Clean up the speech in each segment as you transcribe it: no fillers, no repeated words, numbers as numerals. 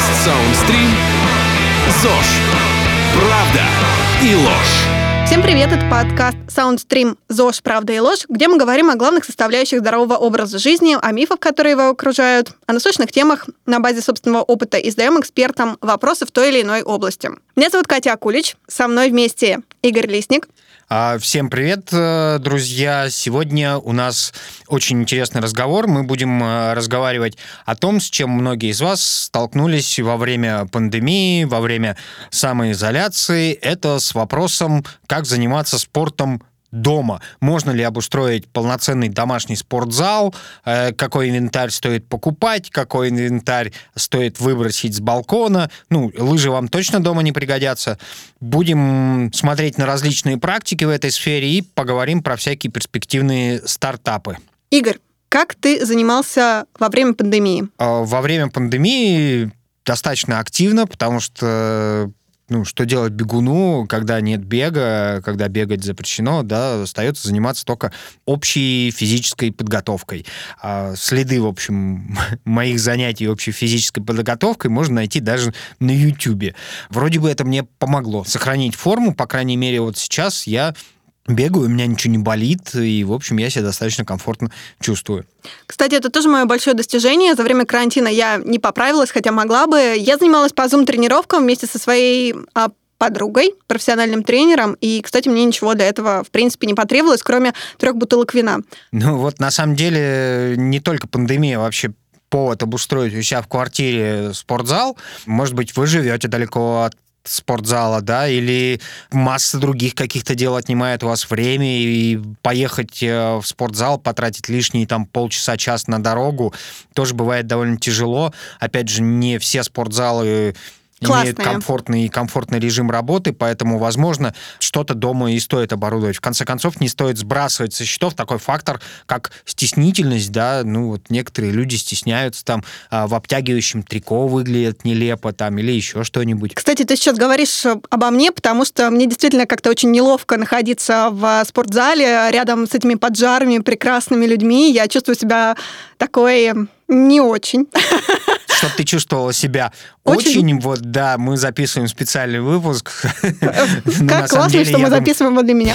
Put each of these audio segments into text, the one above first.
Подкаст Soundstream ЗОЖ. Правда и ложь. Всем привет, это подкаст Soundstream ЗОЖ. Правда и ложь, где мы говорим о главных составляющих здорового образа жизни, о мифах, которые его окружают, о насущных темах на базе собственного опыта и задаем экспертам вопросы в той или иной области. Меня зовут Катя Акулич, со мной вместе Игорь Лисник. Всем привет, друзья! Сегодня у нас очень интересный разговор. Мы будем разговаривать о том, с чем многие из вас столкнулись во время пандемии, во время самоизоляции. Это с вопросом, как заниматься спортом дома. Можно ли обустроить полноценный домашний спортзал, какой инвентарь стоит покупать, какой инвентарь стоит выбросить с балкона. Лыжи вам точно дома не пригодятся. Будем смотреть на различные практики в этой сфере и поговорим про всякие перспективные стартапы. Игорь, как ты занимался во время пандемии? Во время пандемии достаточно активно, потому что что делать бегуну, когда нет бега, когда бегать запрещено, да, остается заниматься только общей физической подготовкой. Следы, в общем, моих занятий общей физической подготовкой можно найти даже на YouTube. Вроде бы это мне помогло сохранить форму, по крайней мере, вот сейчас я бегаю, у меня ничего не болит, и, в общем, я себя достаточно комфортно чувствую. Кстати, это тоже мое большое достижение. За время карантина я не поправилась, хотя могла бы. Я занималась по Zoom-тренировкам вместе со своей подругой, профессиональным тренером, и, кстати, мне ничего для этого, в принципе, не потребовалось, кроме 3 бутылок вина. На самом деле, не только пандемия, вообще повод обустроить у себя в квартире спортзал. Может быть, вы живете далеко от спортзала, да, или масса других каких-то дел отнимает у вас время, и поехать в спортзал, потратить лишние полчаса-час на дорогу тоже бывает довольно тяжело. Опять же, не все спортзалы имеют комфортный режим работы, поэтому, возможно, что-то дома и стоит оборудовать. В конце концов, не стоит сбрасывать со счетов такой фактор, как стеснительность, да, некоторые люди стесняются, в обтягивающем трико выглядят нелепо, или еще что-нибудь. Кстати, ты сейчас говоришь обо мне, потому что мне действительно как-то очень неловко находиться в спортзале рядом с этими поджарыми, прекрасными людьми. Я чувствую себя такой не очень. Чтобы ты чувствовала себя очень, мы записываем специальный выпуск. Как классно, что мы записываем для меня.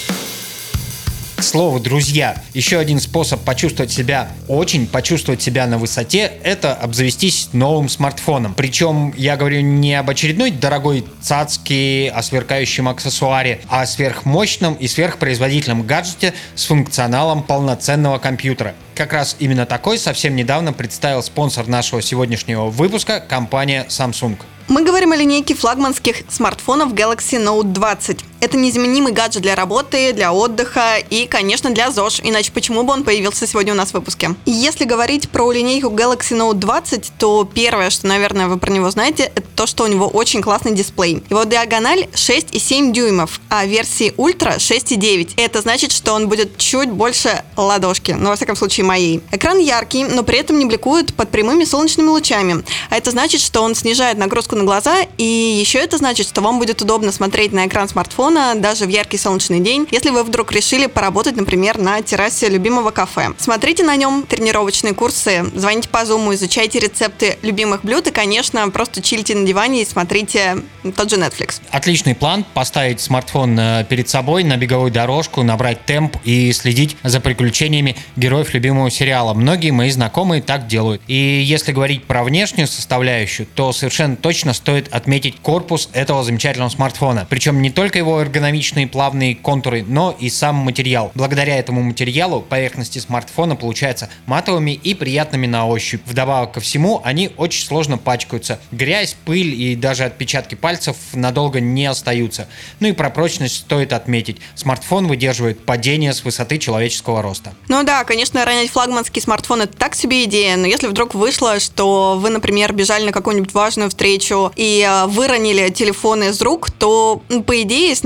К слову, друзья, еще один способ почувствовать себя на высоте, это обзавестись новым смартфоном. Причем я говорю не об очередной дорогой цацке, о сверкающем аксессуаре, а о сверхмощном и сверхпроизводительном гаджете с функционалом полноценного компьютера. Как раз именно такой совсем недавно представил спонсор нашего сегодняшнего выпуска – компания Samsung. Мы говорим о линейке флагманских смартфонов Galaxy Note 20. Это незаменимый гаджет для работы, для отдыха и, конечно, для ЗОЖ, иначе почему бы он появился сегодня у нас в выпуске. И если говорить про линейку Galaxy Note 20, то первое, что, наверное, вы про него знаете, это то, что у него очень классный дисплей. Его диагональ 6,7 дюймов, а версии Ultra 6,9. Это значит, что он будет чуть больше ладошки, во всяком случае моей. Экран яркий, но при этом не бликует под прямыми солнечными лучами. А это значит, что он снижает нагрузку на глаза, и еще это значит, что вам будет удобно смотреть на экран смартфона даже в яркий солнечный день, если вы вдруг решили поработать, например, на террасе любимого кафе. Смотрите на нем тренировочные курсы, звоните по Zoom, изучайте рецепты любимых блюд и, конечно, просто чилите на диване и смотрите тот же Netflix. Отличный план – поставить смартфон перед собой на беговую дорожку, набрать темп и следить за приключениями героев любимого сериала. Многие мои знакомые так делают. И если говорить про внешнюю составляющую, то совершенно точно стоит отметить корпус этого замечательного смартфона. Причем не только его эргономичные плавные контуры, но и сам материал. Благодаря этому материалу поверхности смартфона получаются матовыми и приятными на ощупь. Вдобавок ко всему, они очень сложно пачкаются. Грязь, пыль и даже отпечатки пальцев надолго не остаются. И про прочность стоит отметить. Смартфон выдерживает падение с высоты человеческого роста. Конечно, ронять флагманский смартфон – это так себе идея, но если вдруг вышло, что вы, например, бежали на какую-нибудь важную встречу и выронили телефон из рук, то, по идее, с ним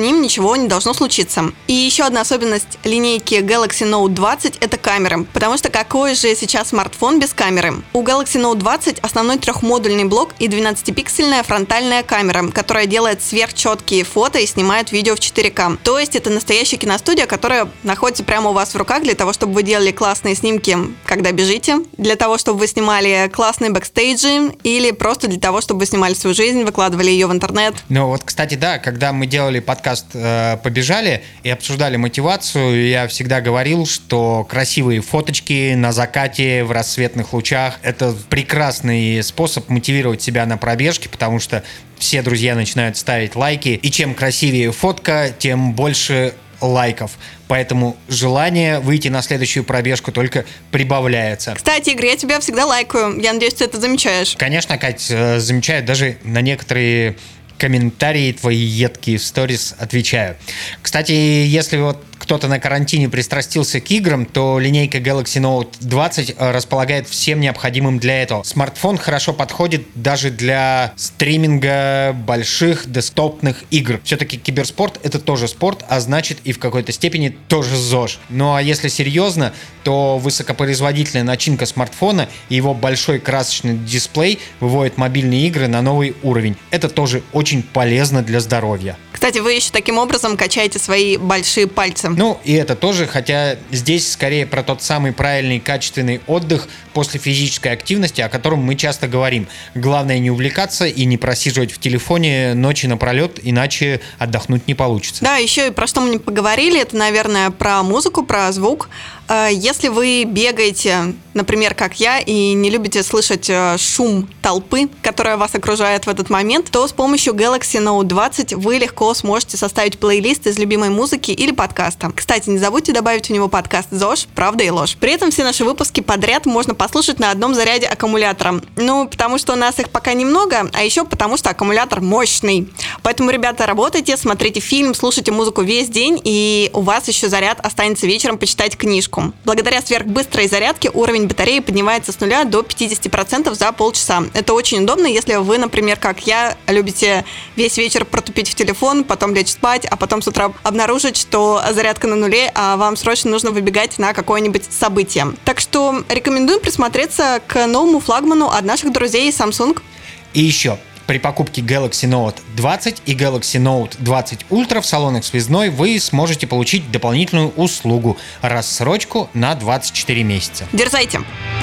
ним ничего не должно случиться. И еще одна особенность линейки Galaxy Note 20 – это камеры. Потому что какой же сейчас смартфон без камеры? У Galaxy Note 20 основной трехмодульный блок и 12-пиксельная фронтальная камера, которая делает сверхчеткие фото и снимает видео в 4К. То есть это настоящая киностудия, которая находится прямо у вас в руках для того, чтобы вы делали классные снимки, когда бежите, для того, чтобы вы снимали классные бэкстейджи или просто для того, чтобы вы снимали свою жизнь, выкладывали ее в интернет. Ну вот, кстати, да, когда мы делали подкаст «Побежали» и обсуждали мотивацию, я всегда говорил, что красивые фоточки на закате в рассветных лучах – это прекрасный способ мотивировать себя на пробежке, потому что все друзья начинают ставить лайки, и чем красивее фотка, тем больше лайков. Поэтому желание выйти на следующую пробежку только прибавляется. Кстати, Игорь, я тебя всегда лайкаю. Я надеюсь, ты это замечаешь. Конечно, Кать, замечаю. Даже на некоторые комментарии твои едкие в сторис отвечаю. Кстати, если вот кто-то на карантине пристрастился к играм, то линейка Galaxy Note 20 располагает всем необходимым для этого. Смартфон хорошо подходит даже для стриминга больших десктопных игр. Все-таки киберспорт — это тоже спорт, а значит и в какой-то степени тоже ЗОЖ. Ну а если серьезно, то высокопроизводительная начинка смартфона и его большой красочный дисплей выводят мобильные игры на новый уровень. Это тоже очень полезно для здоровья. Кстати, вы еще таким образом качаете свои большие пальцы. Ну, и это тоже, хотя здесь скорее про тот самый правильный качественный отдых после физической активности, о котором мы часто говорим. Главное не увлекаться и не просиживать в телефоне ночи напролет, иначе отдохнуть не получится. Да, еще и про что мы не поговорили, это, наверное, про музыку, про звук. Если вы бегаете, например, как я, и не любите слышать шум толпы, которая вас окружает в этот момент, то с помощью Galaxy Note 20 вы легко сможете составить плейлист из любимой музыки или подкаста. Кстати, не забудьте добавить в него подкаст «ЗОЖ. Правда и ложь». При этом все наши выпуски подряд можно послушать на одном заряде аккумулятора. Ну, потому что у нас их пока немного, а еще потому что аккумулятор мощный. Поэтому, ребята, работайте, смотрите фильм, слушайте музыку весь день, и у вас еще заряд останется вечером почитать книжку. Благодаря сверхбыстрой зарядке уровень батареи поднимается с 0 до 50% за полчаса. Это очень удобно, если вы, например, как я, любите весь вечер протупить в телефон, потом лечь спать, а потом с утра обнаружить, что зарядка на нуле, а вам срочно нужно выбегать на какое-нибудь событие. Так что рекомендую присмотреться к новому флагману от наших друзей Samsung. И еще. При покупке Galaxy Note 20 и Galaxy Note 20 Ultra в салонах связной вы сможете получить дополнительную услугу – рассрочку на 24 месяца. Дерзайте!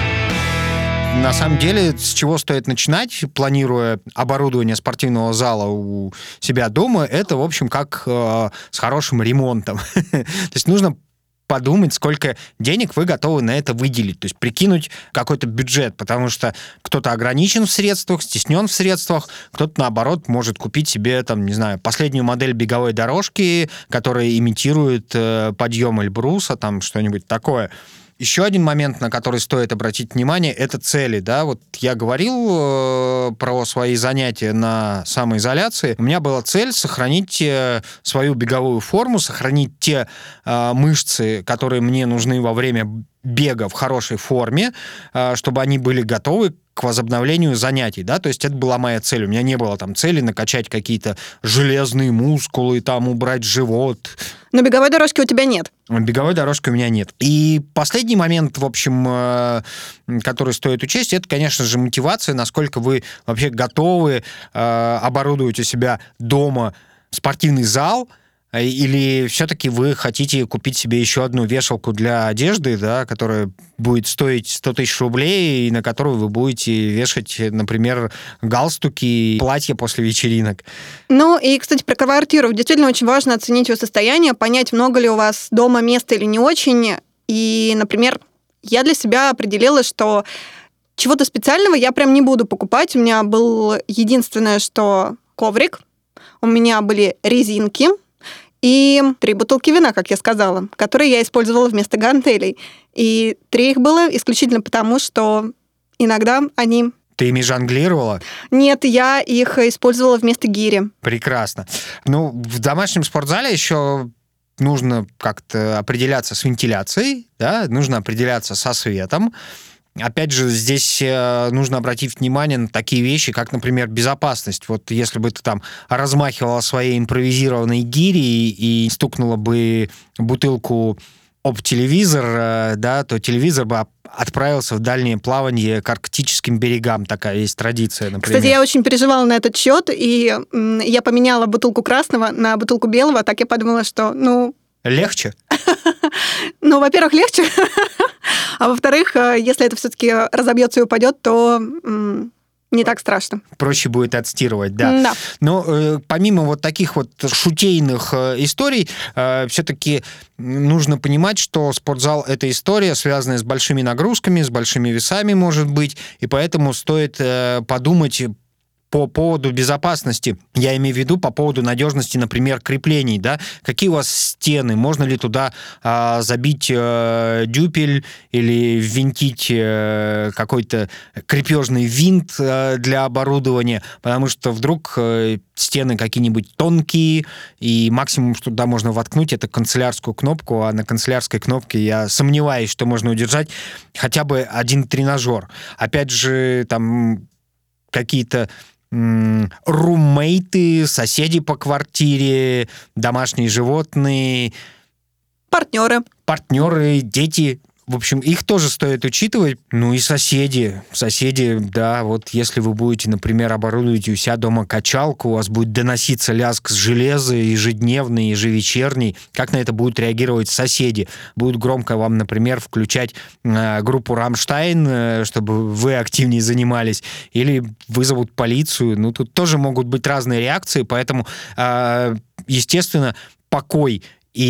На самом деле, с чего стоит начинать, планируя оборудование спортивного зала у себя дома, это, в общем, как с хорошим ремонтом. То есть нужно подумать, сколько денег вы готовы на это выделить, то есть прикинуть какой-то бюджет, потому что кто-то ограничен в средствах, стеснен в средствах, кто-то, наоборот, может купить себе, там, не знаю, последнюю модель беговой дорожки, которая имитирует подъем Эльбруса, там, что-нибудь такое. Еще один момент, на который стоит обратить внимание, это цели, да, вот я говорил про свои занятия на самоизоляции, у меня была цель сохранить свою беговую форму, сохранить те мышцы, которые мне нужны во время бега в хорошей форме, чтобы они были готовы к возобновлению занятий, да, то есть это была моя цель. У меня не было там цели накачать какие-то железные мускулы, там убрать живот. Но беговой дорожки у тебя нет. Беговой дорожки у меня нет. И последний момент, в общем, который стоит учесть, это, конечно же, мотивация, насколько вы вообще готовы оборудовать у себя дома спортивный зал, или все-таки вы хотите купить себе еще одну вешалку для одежды, да, которая будет стоить 100 тысяч рублей, и на которую вы будете вешать, например, галстуки, платья после вечеринок. Ну и, кстати, про квартиру. Действительно очень важно оценить ее состояние, понять, много ли у вас дома места или не очень. И, например, я для себя определила, что чего-то специального я прям не буду покупать. У меня был единственное, что коврик, у меня были резинки, и 3 бутылки вина, как я сказала, которые я использовала вместо гантелей. И 3 их было исключительно потому, что иногда они... Ты ими жонглировала? Нет, я их использовала вместо гири. Прекрасно. Ну, в домашнем спортзале еще нужно как-то определяться с вентиляцией, да, нужно определяться со светом. опять же, здесь нужно обратить внимание на такие вещи, как, например, безопасность. Вот если бы ты там размахивала своей импровизированной гирей и стукнула бы бутылку об телевизор, да, то телевизор бы отправился в дальнее плавание к арктическим берегам. Такая есть традиция, например. Кстати, я очень переживала на этот счет, и я поменяла бутылку красного на бутылку белого, так я подумала, что, Легче? Ну, во-первых, легче, а во-вторых, если это все-таки разобьется и упадет, то не так страшно. Проще будет отстирывать, да. Да. Но помимо вот таких вот шутейных историй, все-таки нужно понимать, что спортзал — это история, связанная с большими нагрузками, с большими весами, может быть, и поэтому стоит подумать по поводу безопасности, я имею в виду по поводу надежности, например, креплений, да, какие у вас стены, можно ли туда забить дюпель или ввинтить какой-то крепежный винт для оборудования, потому что вдруг стены какие-нибудь тонкие, и максимум, что туда можно воткнуть, это канцелярскую кнопку, а на канцелярской кнопке я сомневаюсь, что можно удержать хотя бы один тренажер. Опять же, там какие-то руммейты, соседи по квартире, домашние животные. Партнеры, дети. В общем, их тоже стоит учитывать. Ну и соседи. Соседи, да, вот если вы будете, например, оборудовать у себя дома качалку, у вас будет доноситься лязг с железа ежедневный, ежевечерний. Как на это будут реагировать соседи? Будут громко вам, например, включать группу «Рамштайн», чтобы вы активнее занимались, или вызовут полицию. Ну, тут тоже могут быть разные реакции, поэтому, естественно, покой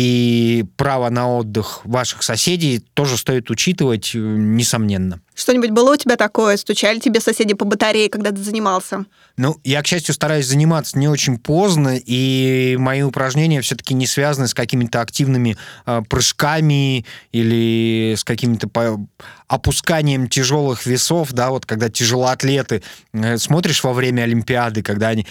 и право на отдых ваших соседей тоже стоит учитывать, несомненно. Что-нибудь было у тебя такое? Стучали тебе соседи по батарее, когда ты занимался? Ну, я, к счастью, стараюсь заниматься не очень поздно, и мои упражнения все-таки не связаны с какими-то активными прыжками или с каким-то опусканием тяжелых весов, да, вот когда тяжелоатлеты, смотришь во время Олимпиады, когда они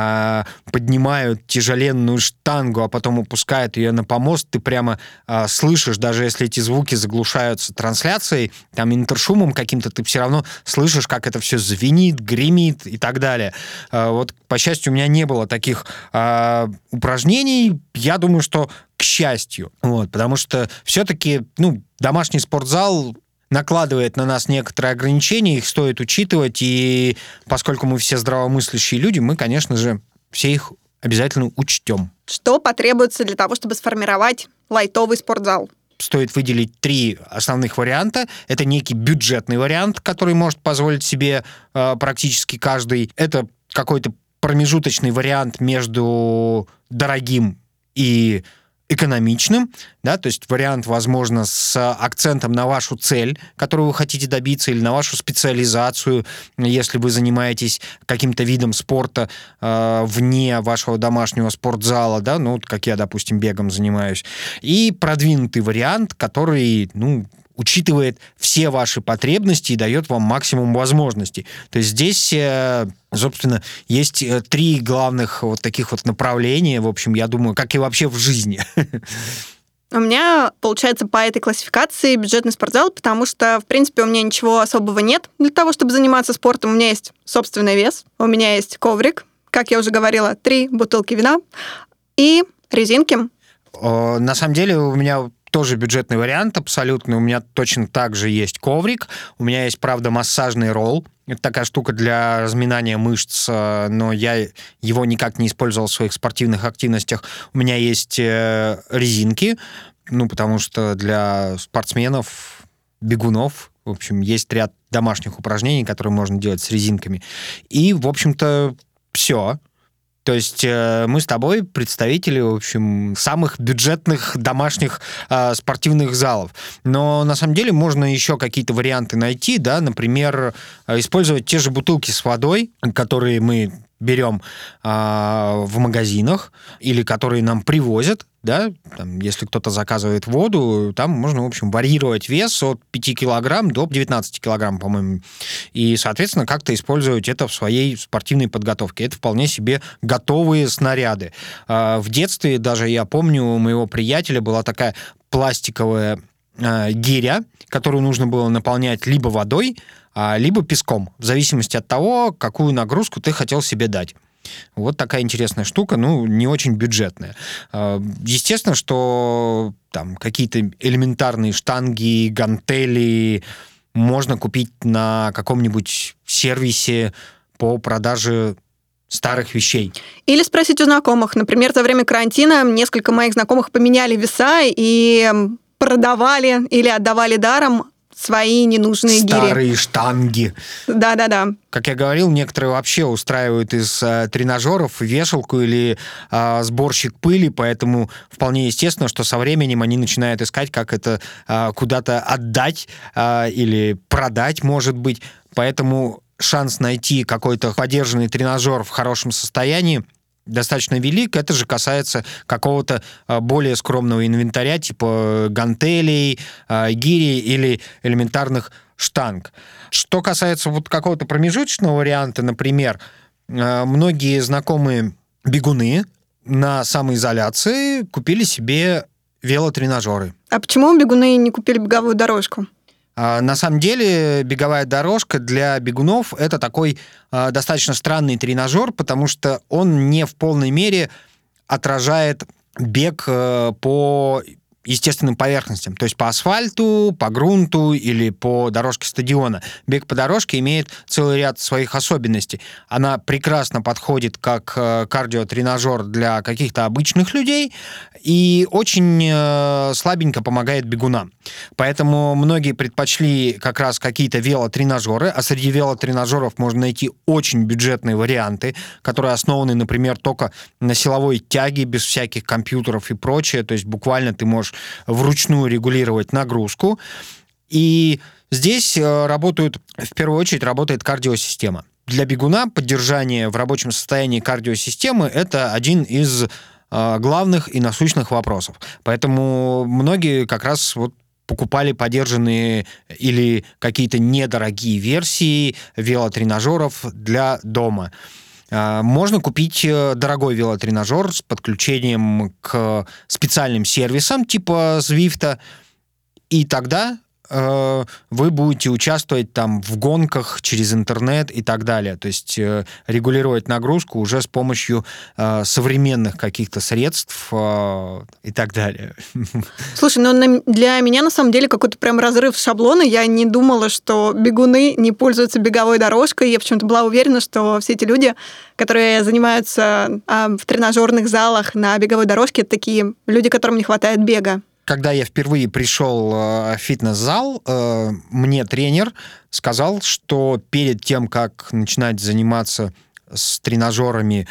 поднимают тяжеленную штангу, а потом опускают ее на помост, ты прямо слышишь, даже если эти звуки заглушаются трансляцией, там интершумом каким-то, ты все равно слышишь, как это все звенит, гремит и так далее. Вот, по счастью, у меня не было таких упражнений. Я думаю, что к счастью. Вот, потому что все-таки, домашний спортзал накладывает на нас некоторые ограничения, их стоит учитывать, и поскольку мы все здравомыслящие люди, мы, конечно же, все их обязательно учтем. Что потребуется для того, чтобы сформировать лайтовый спортзал? Стоит выделить 3 основных варианта. Это некий бюджетный вариант, который может позволить себе практически каждый. Это какой-то промежуточный вариант между дорогим и экономичным, да, то есть вариант, возможно, с акцентом на вашу цель, которую вы хотите добиться, или на вашу специализацию, если вы занимаетесь каким-то видом спорта вне вашего домашнего спортзала, да, как я, допустим, бегом занимаюсь, и продвинутый вариант, который, учитывает все ваши потребности и дает вам максимум возможностей. То есть здесь, собственно, есть 3 главных вот таких вот направления, в общем, я думаю, как и вообще в жизни. У меня, получается, по этой классификации бюджетный спортзал, потому что, в принципе, у меня ничего особого нет для того, чтобы заниматься спортом. У меня есть собственный вес, у меня есть коврик, как я уже говорила, 3 бутылки вина и резинки. На самом деле у меня тоже бюджетный вариант абсолютно. У меня точно так же есть коврик. У меня есть, правда, массажный ролл. Это такая штука для разминания мышц, но я его никак не использовал в своих спортивных активностях. У меня есть резинки, потому что для спортсменов, бегунов, в общем, есть ряд домашних упражнений, которые можно делать с резинками. И, в общем-то, все. То есть мы с тобой представители, в общем, самых бюджетных домашних спортивных залов. Но на самом деле можно еще какие-то варианты найти, да, например, использовать те же бутылки с водой, которые мы берем в магазинах или которые нам привозят, да, там, если кто-то заказывает воду, там можно, в общем, варьировать вес от 5 килограмм до 19 килограмм, по-моему, и, соответственно, как-то использовать это в своей спортивной подготовке. Это вполне себе готовые снаряды. В детстве, даже я помню, у моего приятеля была такая пластиковая гиря, которую нужно было наполнять либо водой, либо песком, в зависимости от того, какую нагрузку ты хотел себе дать. Вот такая интересная штука, не очень бюджетная. Естественно, что там какие-то элементарные штанги, гантели можно купить на каком-нибудь сервисе по продаже старых вещей. Или спросить у знакомых. Например, за время карантина несколько моих знакомых поменяли веса и продавали или отдавали даром свои ненужные гири. Старые штанги. Да. Как я говорил, некоторые вообще устраивают из тренажеров вешалку или сборщик пыли, поэтому вполне естественно, что со временем они начинают искать, как это куда-то отдать или продать, может быть. Поэтому шанс найти какой-то подержанный тренажер в хорошем состоянии достаточно велик. Это же касается какого-то более скромного инвентаря, типа гантелей, гири или элементарных штанг. Что касается вот какого-то промежуточного варианта, например, многие знакомые бегуны на самоизоляции купили себе велотренажеры. А почему бегуны не купили беговую дорожку? На самом деле беговая дорожка для бегунов — это такой достаточно странный тренажер, потому что он не в полной мере отражает бег по естественным поверхностям, то есть по асфальту, по грунту или по дорожке стадиона. Бег по дорожке имеет целый ряд своих особенностей. Она прекрасно подходит как кардиотренажер для каких-то обычных людей и очень слабенько помогает бегунам. Поэтому многие предпочли как раз какие-то велотренажеры, а среди велотренажеров можно найти очень бюджетные варианты, которые основаны, например, только на силовой тяге, без всяких компьютеров и прочее, то есть буквально ты можешь вручную регулировать нагрузку. И здесь в первую очередь работает кардиосистема. Для бегуна поддержание в рабочем состоянии кардиосистемы — это один из главных и насущных вопросов. Поэтому многие как раз покупали подержанные или какие-то недорогие версии велотренажеров для дома. Можно купить дорогой велотренажер с подключением к специальным сервисам типа Zwift, и тогда вы будете участвовать там в гонках через интернет и так далее. То есть регулировать нагрузку уже с помощью современных каких-то средств и так далее. Слушай, для меня на самом деле какой-то прям разрыв шаблона. Я не думала, что бегуны не пользуются беговой дорожкой. Я почему-то была уверена, что все эти люди, которые занимаются в тренажерных залах на беговой дорожке, это такие люди, которым не хватает бега. Когда я впервые пришел в фитнес-зал, мне тренер сказал, что перед тем, как начинать заниматься с тренажерами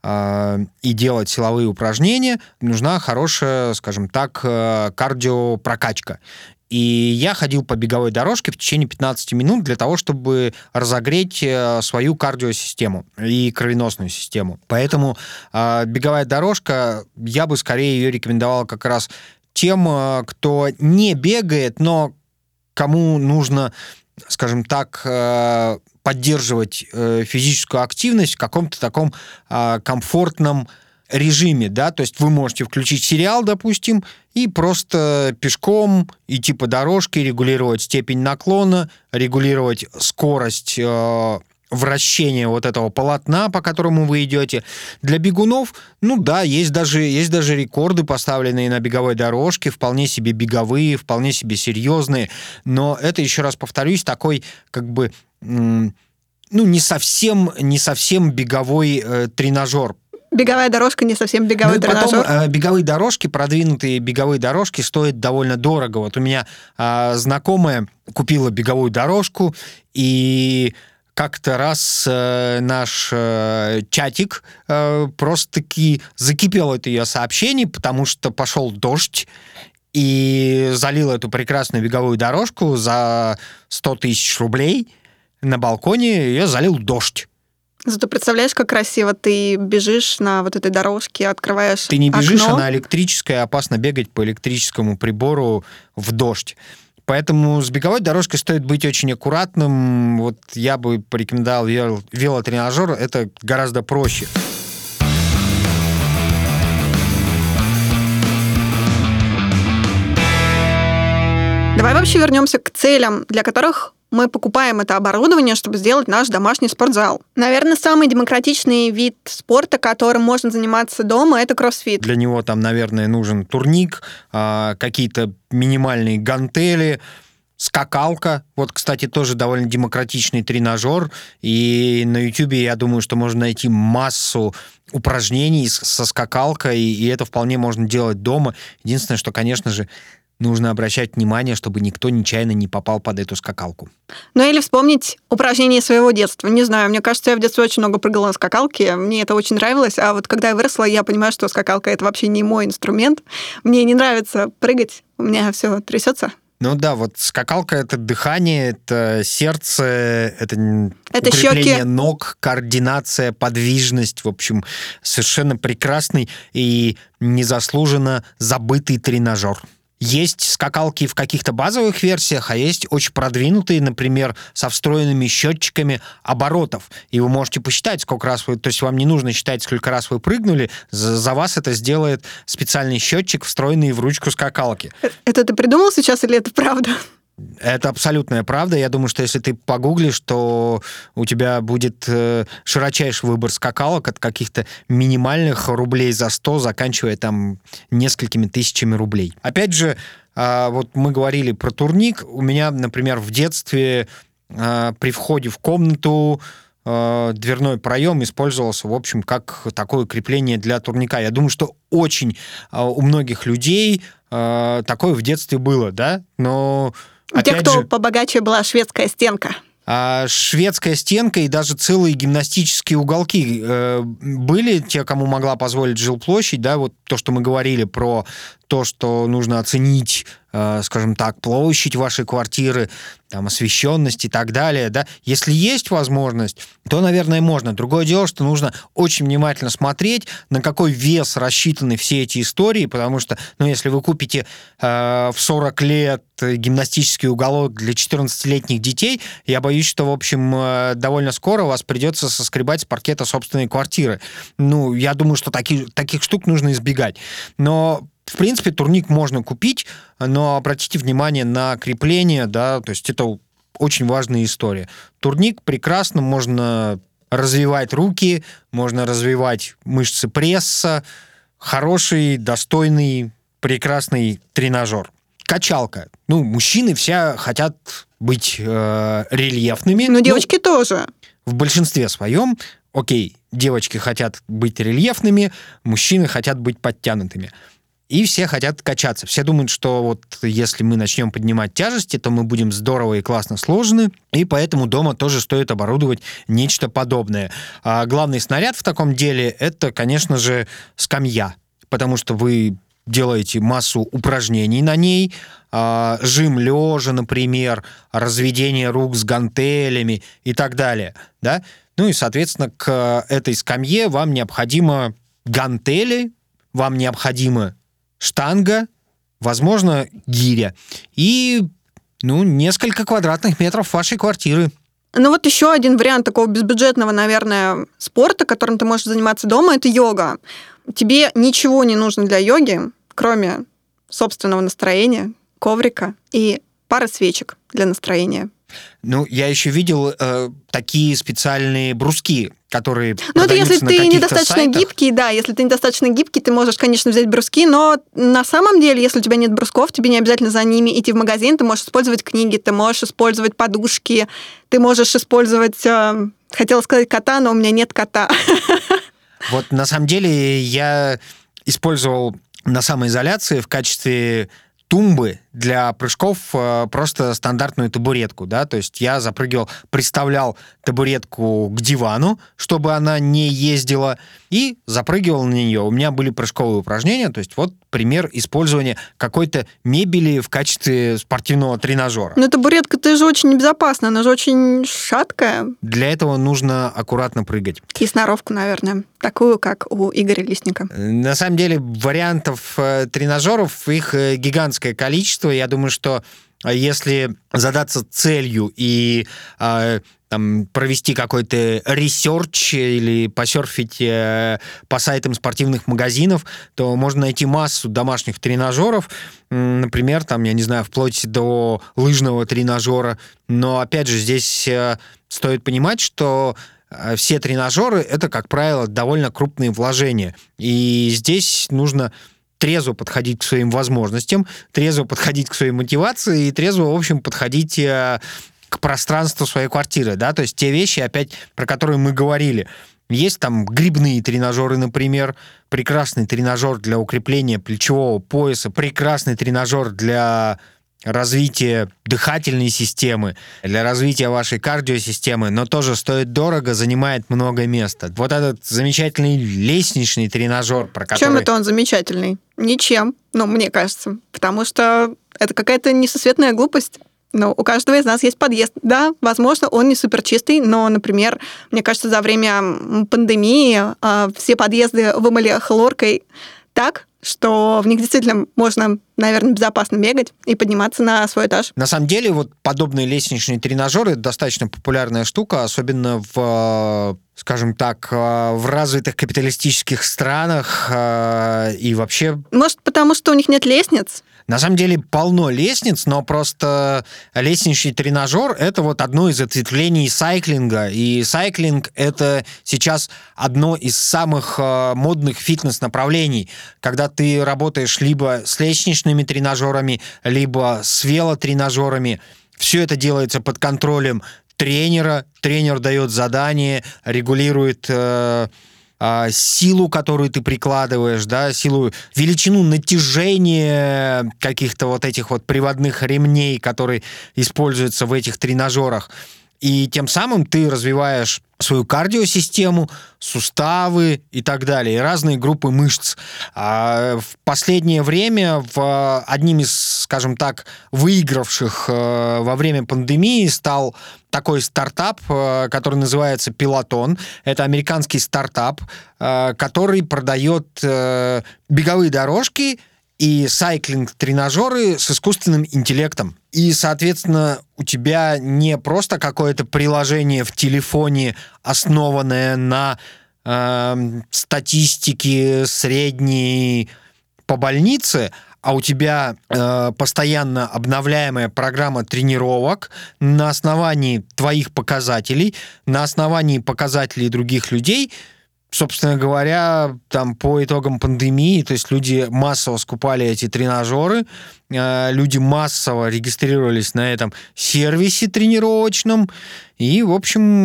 и делать силовые упражнения, нужна хорошая, скажем так, кардиопрокачка. И я ходил по беговой дорожке в течение 15 минут для того, чтобы разогреть свою кардиосистему и кровеносную систему. Поэтому беговая дорожка, я бы скорее ее рекомендовал как раз тем, кто не бегает, но кому нужно, скажем так, поддерживать физическую активность в каком-то таком комфортном режиме, да, то есть вы можете включить сериал, допустим, и просто пешком идти по дорожке, регулировать степень наклона, регулировать скорость вращения вот этого полотна, по которому вы идете. Для бегунов, есть даже рекорды, поставленные на беговой дорожке, вполне себе беговые, вполне себе серьезные, но это, еще раз повторюсь, такой не совсем беговой тренажер. Беговая дорожка не совсем беговой тренажер. Потом беговые дорожки, продвинутые беговые дорожки стоят довольно дорого. Вот у меня знакомая купила беговую дорожку, и как-то раз наш чатик просто-таки закипел от ее сообщений, потому что пошел дождь, и залил эту прекрасную беговую дорожку за 100 тысяч рублей. На балконе ее залил дождь. Зато представляешь, как красиво ты бежишь на вот этой дорожке, открываешь окно. Ты не бежишь, она электрическая, опасно бегать по электрическому прибору в дождь. Поэтому с беговой дорожкой стоит быть очень аккуратным. Вот я бы порекомендовал велотренажер, это гораздо проще. Давай вообще вернемся к целям, для которых мы покупаем это оборудование, чтобы сделать наш домашний спортзал. Наверное, самый демократичный вид спорта, которым можно заниматься дома, это кроссфит. Для него там, наверное, нужен турник, какие-то минимальные гантели, скакалка. Вот, кстати, тоже довольно демократичный тренажер. И на YouTube, я думаю, что можно найти массу упражнений со скакалкой, и это вполне можно делать дома. Единственное, что, конечно же, нужно обращать внимание, чтобы никто нечаянно не попал под эту скакалку. Ну или вспомнить упражнения своего детства. Не знаю, мне кажется, я в детстве очень много прыгала на скакалке, мне это очень нравилось, а вот когда я выросла, я понимаю, что скакалка — это вообще не мой инструмент. Мне не нравится прыгать, у меня все трясется. Ну да, вот скакалка — это дыхание, это сердце, это укрепление щеки. ног, координация, подвижность. В общем, совершенно прекрасный и незаслуженно забытый тренажер. Есть скакалки в каких-то базовых версиях, а есть очень продвинутые, например, со встроенными счетчиками оборотов. И вы можете посчитать, сколько раз вы... То есть вам не нужно считать, сколько раз вы прыгнули. За вас это сделает специальный счетчик, встроенный в ручку скакалки. Это ты придумал сейчас или это правда? Это абсолютная правда. Я думаю, что если ты погуглишь, то у тебя будет широчайший выбор скакалок от каких-то минимальных рублей за 100, заканчивая там несколькими тысячами рублей. Опять же, вот мы говорили про турник. У меня, например, в детстве при входе в комнату дверной проем использовался, в общем, как такое крепление для турника. Я думаю, что очень у многих людей такое в детстве было, да? Но У тех, кто побогаче, была шведская стенка. Шведская стенка и даже целые гимнастические уголки были, те, кому могла позволить жилплощадь, да, вот то, что мы говорили про то, что нужно оценить, скажем так, площадь вашей квартиры, там, освещенность и так далее, да. Если есть возможность, то, наверное, можно. Другое дело, что нужно очень внимательно смотреть, на какой вес рассчитаны все эти истории, потому что, ну, если вы купите в 40 лет гимнастический уголок для 14-летних детей, я боюсь, что, в общем, довольно скоро вас придется соскребать с паркета собственной квартиры. Ну, я думаю, что таких штук нужно избегать. Но в принципе, турник можно купить, но обратите внимание на крепление, да, то есть это очень важная история. Турник прекрасно, можно развивать руки, можно развивать мышцы пресса, хороший, достойный, прекрасный тренажер. Качалка. Ну, мужчины все хотят быть рельефными. Но девочки тоже. В большинстве своем, окей, девочки хотят быть рельефными, мужчины хотят быть подтянутыми. И все хотят качаться. Все думают, что вот если мы начнем поднимать тяжести, то мы будем здорово и классно сложены, и поэтому дома тоже стоит оборудовать нечто подобное. А главный снаряд в таком деле — это, конечно же, скамья, потому что вы делаете массу упражнений на ней, жим лежа, например, разведение рук с гантелями и так далее, да? Ну и, соответственно, к этой скамье вам необходимо гантели, вам необходимо штанга, возможно, гиря и, ну, несколько квадратных метров вашей квартиры. Ну вот еще один вариант такого безбюджетного, наверное, спорта, которым ты можешь заниматься дома, это йога. Тебе ничего не нужно для йоги, кроме собственного настроения, коврика и пары свечек для настроения. Ну, я еще видел такие специальные бруски, которые ну, это если продаются на ты каких-то недостаточно сайтах. гибкий, да, если ты недостаточно гибкий, ты можешь, конечно, взять бруски, но на самом деле, если у тебя нет брусков, тебе не обязательно за ними идти в магазин, ты можешь использовать книги, ты можешь использовать подушки, ты можешь использовать, хотела сказать кота, но у меня нет кота. Вот на самом деле я использовал на самоизоляции в качестве тумбы для прыжков просто стандартную табуретку, да, то есть я приставлял табуретку к дивану, чтобы она не ездила, и запрыгивал на нее. У меня были прыжковые упражнения, то есть вот пример использования какой-то мебели в качестве спортивного тренажера. Но табуретка-то же очень небезопасна, она же очень шаткая. Для этого нужно аккуратно прыгать. И сноровку, наверное, такую, как у Игоря Лисника. На самом деле вариантов тренажеров, их гигантское количество. Я думаю, что если задаться целью и там, провести какой-то ресерч или посерфить по сайтам спортивных магазинов, то можно найти массу домашних тренажеров, например, там, я не знаю, вплоть до лыжного тренажера. Но, опять же, здесь стоит понимать, что все тренажеры — это, как правило, довольно крупные вложения. И здесь нужно трезво подходить к своим возможностям, трезво подходить к своей мотивации и трезво, в общем, подходить к пространству своей квартиры, да, то есть те вещи, опять, про которые мы говорили. Есть там грибные тренажеры, например, прекрасный тренажер для укрепления плечевого пояса, прекрасный тренажер для развития дыхательной системы, для развития вашей кардиосистемы, но тоже стоит дорого, занимает много места. Вот этот замечательный лестничный тренажер, про который... Чем это он замечательный? Ничем, мне кажется, потому что это какая-то несусветная глупость. Но у каждого из нас есть подъезд. Да, возможно, он не супер чистый, но, например, мне кажется, за время пандемии все подъезды вымыли хлоркой так, что в них действительно можно, наверное, безопасно бегать и подниматься на свой этаж. На самом деле, вот подобные лестничные тренажеры — это достаточно популярная штука, особенно в, скажем так, в развитых капиталистических странах и вообще... Может, потому что у них нет лестниц? На самом деле полно лестниц, но просто лестничный тренажер — это вот одно из ответвлений сайклинга. И сайклинг — это сейчас одно из самых модных фитнес-направлений, когда ты работаешь либо с лестничными тренажерами, либо с велотренажерами. Все это делается под контролем тренера. Тренер дает задание, регулирует силу, которую ты прикладываешь, да, силу, величину натяжения каких-то вот этих вот приводных ремней, которые используются в этих тренажерах. И тем самым ты развиваешь свою кардиосистему, суставы и так далее, и разные группы мышц. А в последнее время одним из, скажем так, выигравших во время пандемии стал такой стартап, который называется Peloton. Это американский стартап, который продает беговые дорожки и сайклинг-тренажеры с искусственным интеллектом. И, соответственно, у тебя не просто какое-то приложение в телефоне, основанное на статистике средней по больнице, а у тебя постоянно обновляемая программа тренировок на основании твоих показателей, на основании показателей других людей. Собственно говоря, там по итогам пандемии, то есть люди массово скупали эти тренажеры, люди массово регистрировались на этом сервисе тренировочном, и, в общем,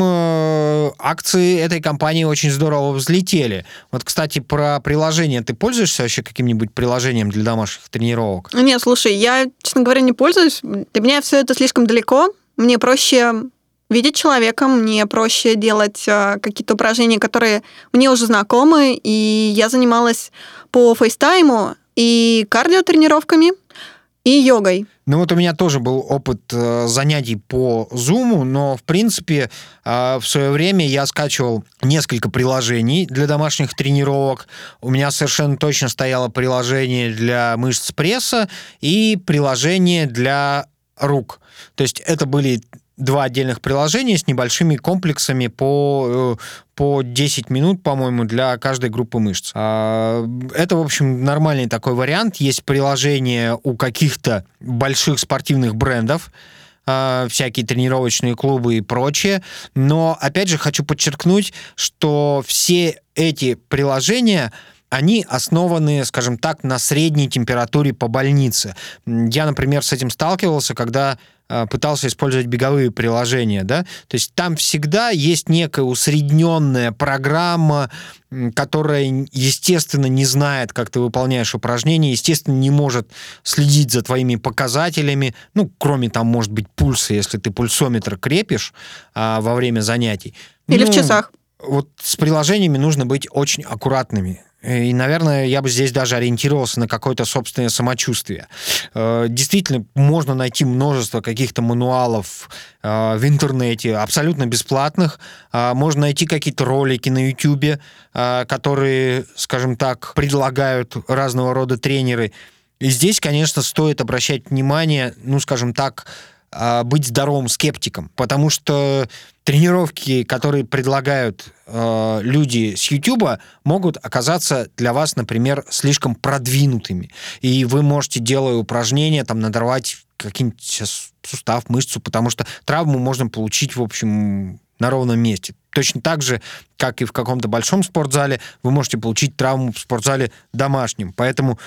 акции этой компании очень здорово взлетели. Вот, кстати, про приложение. Ты пользуешься вообще каким-нибудь приложением для домашних тренировок? Нет, слушай, я, честно говоря, не пользуюсь. Для меня все это слишком далеко. Мне проще видеть человека, мне проще делать какие-то упражнения, которые мне уже знакомы, и я занималась по фейстайму и кардиотренировками, и йогой. Ну вот у меня тоже был опыт занятий по Zoom, но, в принципе, в свое время я скачивал несколько приложений для домашних тренировок. У меня совершенно точно стояло приложение для мышц пресса и приложение для рук. То есть это были два отдельных приложения с небольшими комплексами по 10 минут, по-моему, для каждой группы мышц. Это, в общем, нормальный такой вариант. Есть приложения у каких-то больших спортивных брендов, всякие тренировочные клубы и прочее. Но, опять же, хочу подчеркнуть, что все эти приложения, они основаны, скажем так, на средней температуре по больнице. Я, например, с этим сталкивался, когда пытался использовать беговые приложения, да, то есть там всегда есть некая усредненная программа, которая, естественно, не знает, как ты выполняешь упражнения, естественно, не может следить за твоими показателями, ну, кроме там, может быть, пульса, если ты пульсометр крепишь во время занятий. Или в часах. Вот с приложениями нужно быть очень аккуратными. И, наверное, я бы здесь даже ориентировался на какое-то собственное самочувствие. Действительно, можно найти множество каких-то мануалов в интернете, абсолютно бесплатных. Можно найти какие-то ролики на YouTube, которые, скажем так, предлагают разного рода тренеры. И здесь, конечно, стоит обращать внимание, скажем так, быть здоровым скептиком, потому что тренировки, которые предлагают люди с Ютуба, могут оказаться для вас, например, слишком продвинутыми. И вы можете, делая упражнения, надорвать какой-нибудь сустав, мышцу, потому что травму можно получить, в общем, на ровном месте. Точно так же, как и в каком-то большом спортзале, вы можете получить травму в спортзале домашнем. Поэтому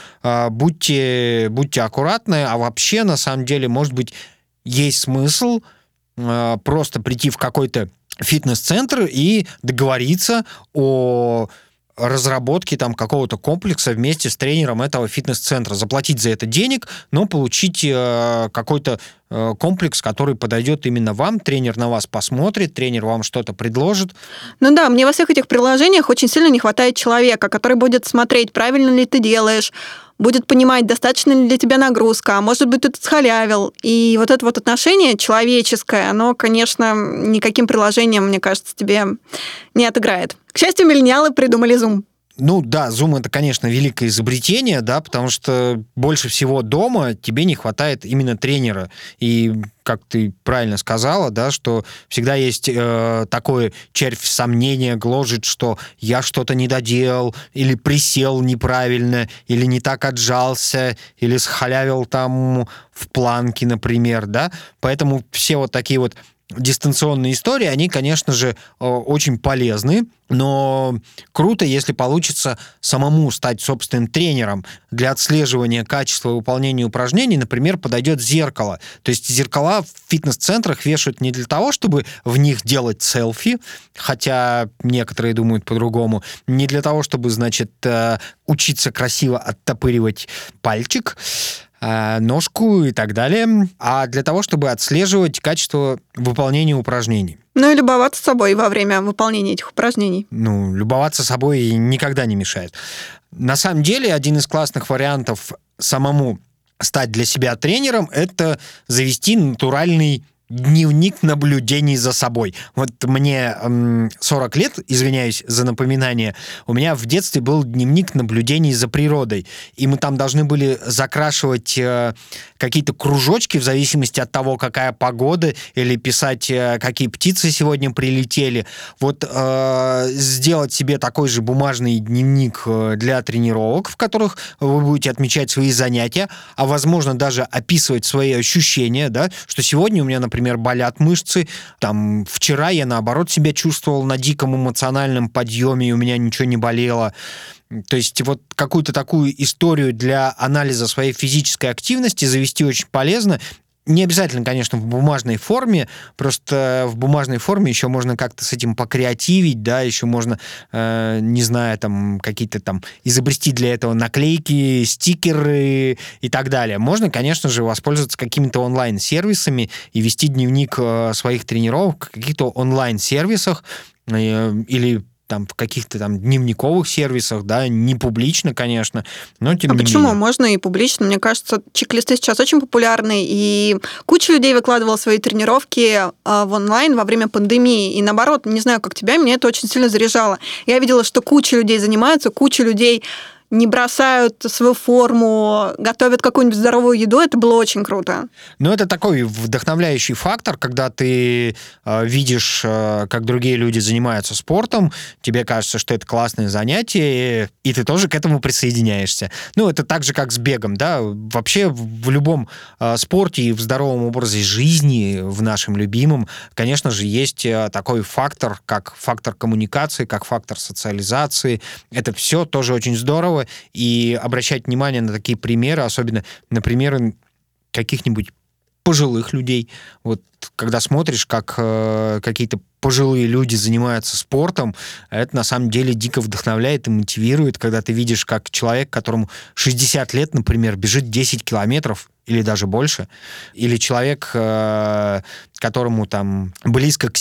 будьте аккуратны, а вообще, на самом деле, может быть, есть смысл просто прийти в какой-то фитнес-центр и договориться о разработке какого-то комплекса вместе с тренером этого фитнес-центра. Заплатить за это денег, но получить какой-то комплекс, который подойдет именно вам. Тренер на вас посмотрит, тренер вам что-то предложит. Ну да, мне во всех этих приложениях очень сильно не хватает человека, который будет смотреть, правильно ли ты делаешь, будет понимать, достаточно ли для тебя нагрузка, а может быть, ты тут схалявил. И вот это вот отношение человеческое, оно, конечно, никаким приложением, мне кажется, тебе не отыграет. К счастью, миллениалы придумали Zoom. Ну да, Zoom — это, конечно, великое изобретение, да, потому что больше всего дома тебе не хватает именно тренера. И, как ты правильно сказала, да, что всегда есть такой червь сомнения, гложет, что я что-то не доделал, или присел неправильно, или не так отжался, или схалявил в планке, например, да. Поэтому все вот такие вот дистанционные истории, они, конечно же, очень полезны, но круто, если получится самому стать собственным тренером. Для отслеживания качества выполнения упражнений, например, подойдет зеркало. То есть зеркала в фитнес-центрах вешают не для того, чтобы в них делать селфи, хотя некоторые думают по-другому, не для того, чтобы, учиться красиво оттопыривать пальчик, ножку и так далее, а для того, чтобы отслеживать качество выполнения упражнений. Ну и любоваться собой во время выполнения этих упражнений. Любоваться собой никогда не мешает. На самом деле, один из классных вариантов самому стать для себя тренером — это завести натуральный дневник наблюдений за собой. Вот мне 40 лет, извиняюсь за напоминание, у меня в детстве был дневник наблюдений за природой, и мы там должны были закрашивать какие-то кружочки в зависимости от того, какая погода, или писать, какие птицы сегодня прилетели. Вот сделать себе такой же бумажный дневник для тренировок, в которых вы будете отмечать свои занятия, а возможно даже описывать свои ощущения, да, что сегодня у меня, например, болят мышцы, вчера я, наоборот, себя чувствовал на диком эмоциональном подъеме, и у меня ничего не болело. То есть вот какую-то такую историю для анализа своей физической активности завести очень полезно. Не обязательно, конечно, в бумажной форме, просто в бумажной форме еще можно как-то с этим покреативить, да, еще можно, не знаю, какие-то изобрести для этого наклейки, стикеры и так далее. Можно, конечно же, воспользоваться какими-то онлайн-сервисами и вести дневник своих тренировок в каких-то онлайн-сервисах или в каких-то дневниковых сервисах, да, не публично, конечно, но тем не менее. Почему? Можно и публично. Мне кажется, чек-листы сейчас очень популярны, и куча людей выкладывала свои тренировки в онлайн во время пандемии. И наоборот, не знаю, как тебя, меня это очень сильно заряжало. Я видела, что куча людей занимаются, куча людей не бросают свою форму, готовят какую-нибудь здоровую еду. Это было очень круто. Ну, это такой вдохновляющий фактор, когда ты видишь, как другие люди занимаются спортом, тебе кажется, что это классное занятие, и ты тоже к этому присоединяешься. Это так же, как с бегом, да. Вообще в любом спорте и в здоровом образе жизни, в нашем любимом, конечно же, есть такой фактор, как фактор коммуникации, как фактор социализации. Это все тоже очень здорово. И обращать внимание на такие примеры, особенно на примеры каких-нибудь пожилых людей. Вот когда смотришь, как какие-то пожилые люди занимаются спортом, это на самом деле дико вдохновляет и мотивирует, когда ты видишь, как человек, которому 60 лет, например, бежит 10 километров или даже больше, или человек, которому близко к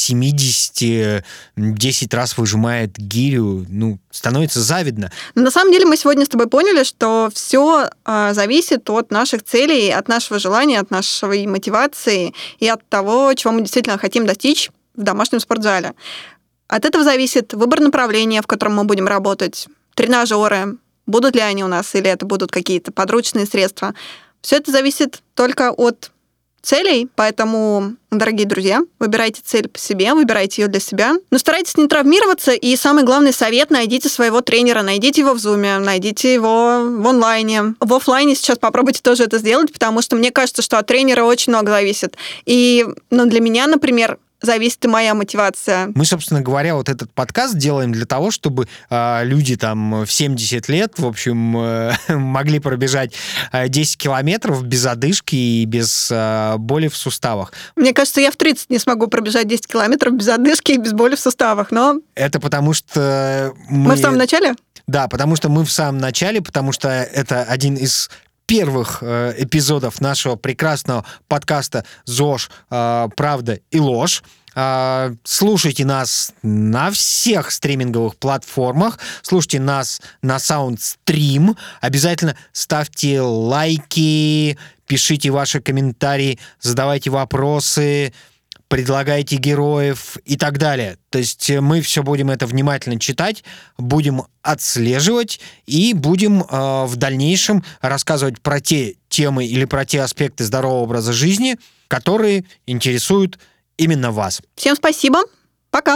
70, 10 раз выжимает гирю, становится завидно. Но на самом деле мы сегодня с тобой поняли, что все зависит от наших целей, от нашего желания, от нашей мотивации и от того, чего мы действительно хотим достичь в домашнем спортзале. От этого зависит выбор направления, в котором мы будем работать, тренажеры, будут ли они у нас, или это будут какие-то подручные средства. Все это зависит только от целей, поэтому, дорогие друзья, выбирайте цель по себе, выбирайте ее для себя. Но старайтесь не травмироваться, и самый главный совет — найдите своего тренера, найдите его в Zoom, найдите его в онлайне. В офлайне сейчас попробуйте тоже это сделать, потому что мне кажется, что от тренера очень много зависит. И для меня, например, зависит и моя мотивация. Мы, собственно говоря, вот этот подкаст делаем для того, чтобы люди там в 70 лет, в общем, могли пробежать 10 километров без одышки и без боли в суставах. Мне кажется, я в 30 не смогу пробежать 10 километров без одышки и без боли в суставах, но... Это потому что Мы в самом начале? Да, потому что мы в самом начале, потому что это один из первых эпизодов нашего прекрасного подкаста «ЗОЖ. Правда и ложь». Слушайте нас на всех стриминговых платформах, слушайте нас на SoundStream, обязательно ставьте лайки, пишите ваши комментарии, задавайте вопросы, предлагайте героев и так далее. То есть мы все будем это внимательно читать, будем отслеживать и будем в дальнейшем рассказывать про те темы или про те аспекты здорового образа жизни, которые интересуют именно вас. Всем спасибо. Пока.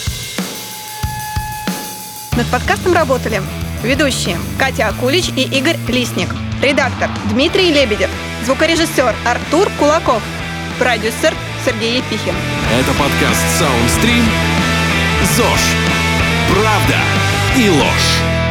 Над подкастом работали ведущие Катя Акулич и Игорь Лисник, редактор Дмитрий Лебедев, звукорежиссер Артур Кулаков, продюсер Сергей Епихин. Это подкаст Soundstream. ЗОЖ. Правда и ложь.